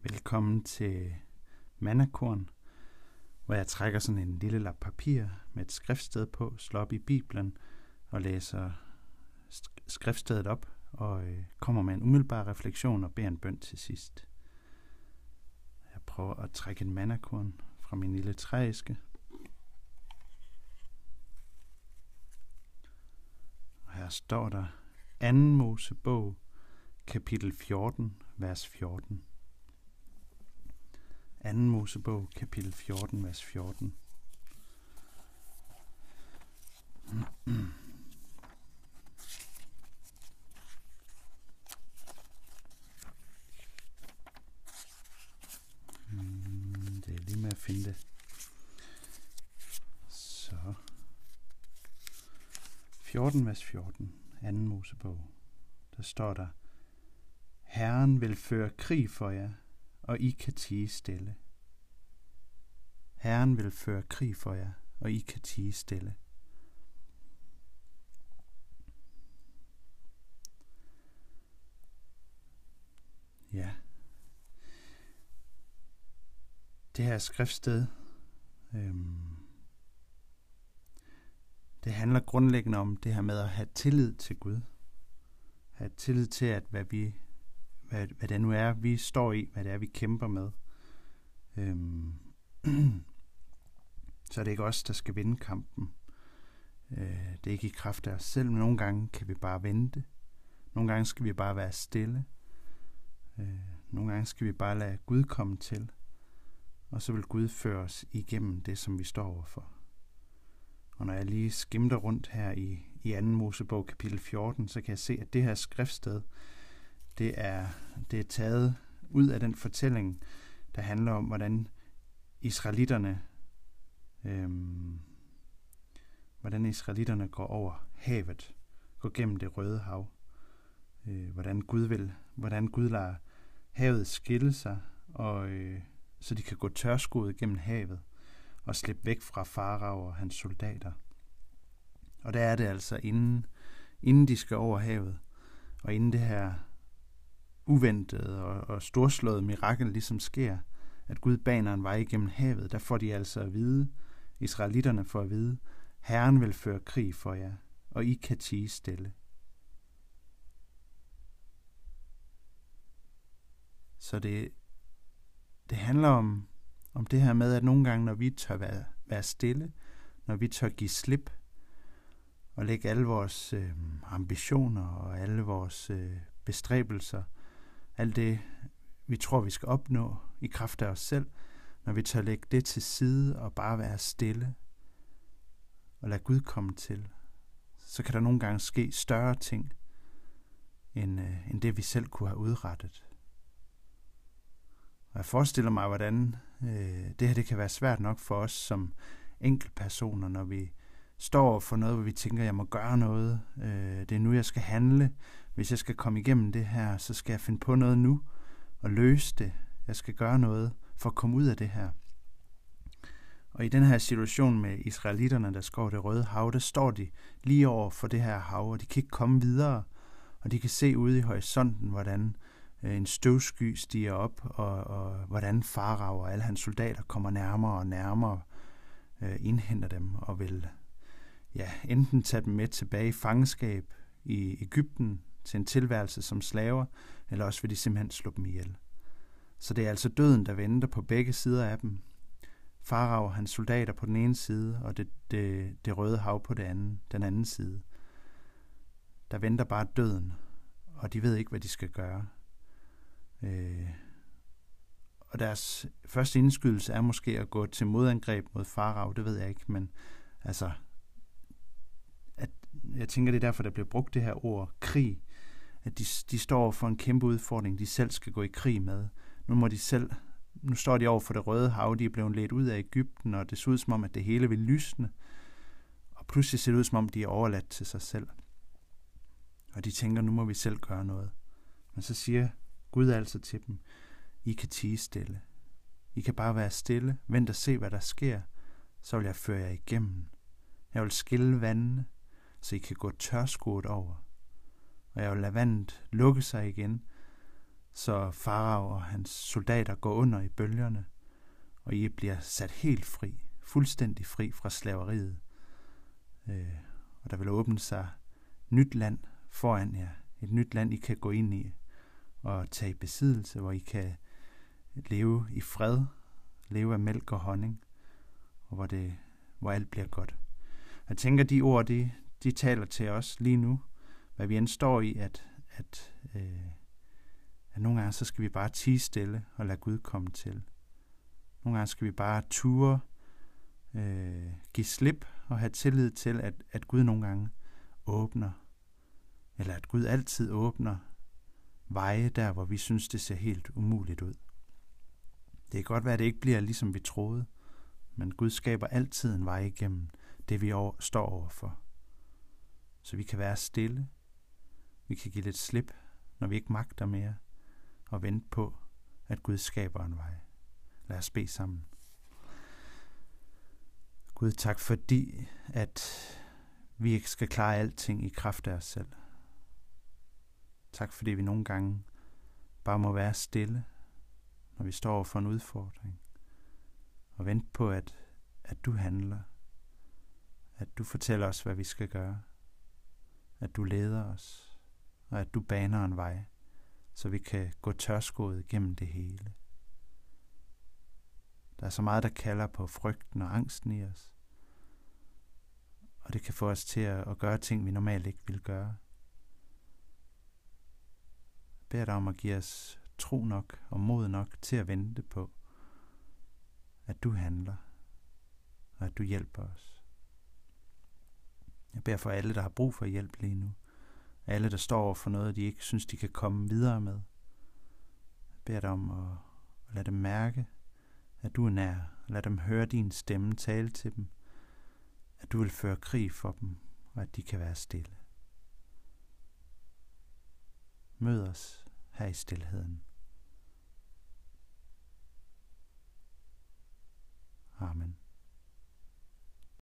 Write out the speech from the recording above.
Velkommen til Mannakorn, hvor jeg trækker sådan en lille lap papir med et skriftsted på, slår op i Bibelen og læser skriftstedet op og kommer med en umiddelbar refleksion og beder en bøn til sidst. Jeg prøver at trække en mannakorn fra min lille trææske. Og her står der 2. Mosebog, kapitel 14, vers 14. 2. Mosebog, kapitel 14, vers 14. Det er lige med at finde det. Så. 14, vers 14. 2. Mosebog. Der står der: Herren vil føre krig for jer, og I kan tie stille. Herren vil føre krig for jer, og I kan tie stille. Ja. Det her skriftsted, det handler grundlæggende om det her med at have tillid til Gud. Have tillid til, at hvad det nu er, vi står i, hvad det er, vi kæmper med. Så er det ikke os, der skal vinde kampen. Det er ikke i kraft af os selv, men nogle gange kan vi bare vente. Nogle gange skal vi bare være stille. Nogle gange skal vi bare lade Gud komme til. Og så vil Gud føre os igennem det, som vi står overfor. Og når jeg lige skimter rundt her i 2. Mosebog kapitel 14, så kan jeg se, at det her skriftsted, det er taget ud af den fortælling, der handler om, hvordan israelitterne går over havet, går gennem det Røde Hav. Hvordan Gud lader havet skille sig, og så de kan gå tørskoet gennem havet og slippe væk fra Farao og hans soldater. Og der er det altså, inden de skal over havet, og inden det her uventede og storslåede mirakel ligesom sker, at Gud baner en vej igennem havet, der får de altså at vide, israelitterne får at vide, Herren vil føre krig for jer, og I kan tie stille. Så det handler om det her med, at nogle gange, når vi tør være stille, når vi tør give slip, og lægge alle vores ambitioner og alle vores bestræbelser, alt det, vi tror, vi skal opnå i kraft af os selv, når vi tør lægge det til side og bare være stille og lade Gud komme til, så kan der nogle gange ske større ting, end det vi selv kunne have udrettet. Og jeg forestiller mig, hvordan det her det kan være svært nok for os som enkeltpersoner, når vi står for noget, hvor vi tænker, jeg må gøre noget. Det er nu, jeg skal handle. Hvis jeg skal komme igennem det her, så skal jeg finde på noget nu og løse det. Jeg skal gøre noget for at komme ud af det her. Og i den her situation med israelitterne, der går det Røde Hav, der står de lige over for det her hav, og de kan ikke komme videre. Og de kan se ude i horisonten, hvordan en støvsky stiger op, og hvordan Farao og alle hans soldater kommer nærmere og nærmere, indhenter dem og vil enten tage dem med tilbage i fangenskab i Egypten til en tilværelse som slaver, eller også vil de simpelthen slå dem ihjel. Så det er altså døden, der venter på begge sider af dem. Farao og hans soldater på den ene side, og det Røde Hav på den anden side. Der venter bare døden, og de ved ikke, hvad de skal gøre. Og deres første indskydelse er måske at gå til modangreb mod Farao, det ved jeg ikke, men altså, jeg tænker, det er derfor, der bliver brugt det her ord, krig, at de står for en kæmpe udfordring, de selv skal gå i krig med. Nu står de over for det Røde Hav, de er blevet ledt ud af Egypten, og det ser ud som om, at det hele vil lysne, og pludselig ser det ud som om, de er overladt til sig selv. Og de tænker, nu må vi selv gøre noget. Men så siger Gud altså til dem, I kan tie stille. I kan bare være stille, vent og se, hvad der sker, så vil jeg føre jer igennem. Jeg vil skille vandene, så I kan gå tørskoet over. Og jeg vil lade vandet lukke sig igen, så Farao og hans soldater går under i bølgerne, og I bliver sat helt fri, fuldstændig fri fra slaveriet. Og der vil åbne sig nyt land foran jer. Et nyt land, I kan gå ind i og tage i besiddelse, hvor I kan leve i fred, leve af mælk og honning, og hvor alt bliver godt. Jeg tænker, de ord, de taler til os lige nu, hvad vi end står i, at nogle gange så skal vi bare tie stille og lade Gud komme til. Nogle gange skal vi bare ture, give slip og have tillid til, at Gud nogle gange åbner, eller at Gud altid åbner veje der, hvor vi synes, det ser helt umuligt ud. Det kan godt være, at det ikke bliver ligesom vi troede, men Gud skaber altid en vej igennem det, vi står overfor. Så vi kan være stille, vi kan give lidt slip, når vi ikke magter mere, og vente på, at Gud skaber en vej. Lad os bede sammen. Gud, tak fordi, at vi ikke skal klare alting i kraft af os selv. Tak fordi vi nogle gange bare må være stille, når vi står over for en udfordring, og vente på, at du handler, at du fortæller os, hvad vi skal gøre, at du leder os, og at du baner en vej, så vi kan gå tørskoet gennem det hele. Der er så meget, der kalder på frygten og angsten i os, og det kan få os til at gøre ting, vi normalt ikke vil gøre. Jeg beder dig om at give os tro nok og mod nok til at vente på, at du handler, og at du hjælper os. Jeg beder for alle, der har brug for hjælp lige nu. Alle, der står over for noget, de ikke synes, de kan komme videre med. Jeg beder dig om at lade dem mærke, at du er nær. Lad dem høre din stemme tale til dem. At du vil føre krig for dem, og at de kan være stille. Mød os her i stilheden.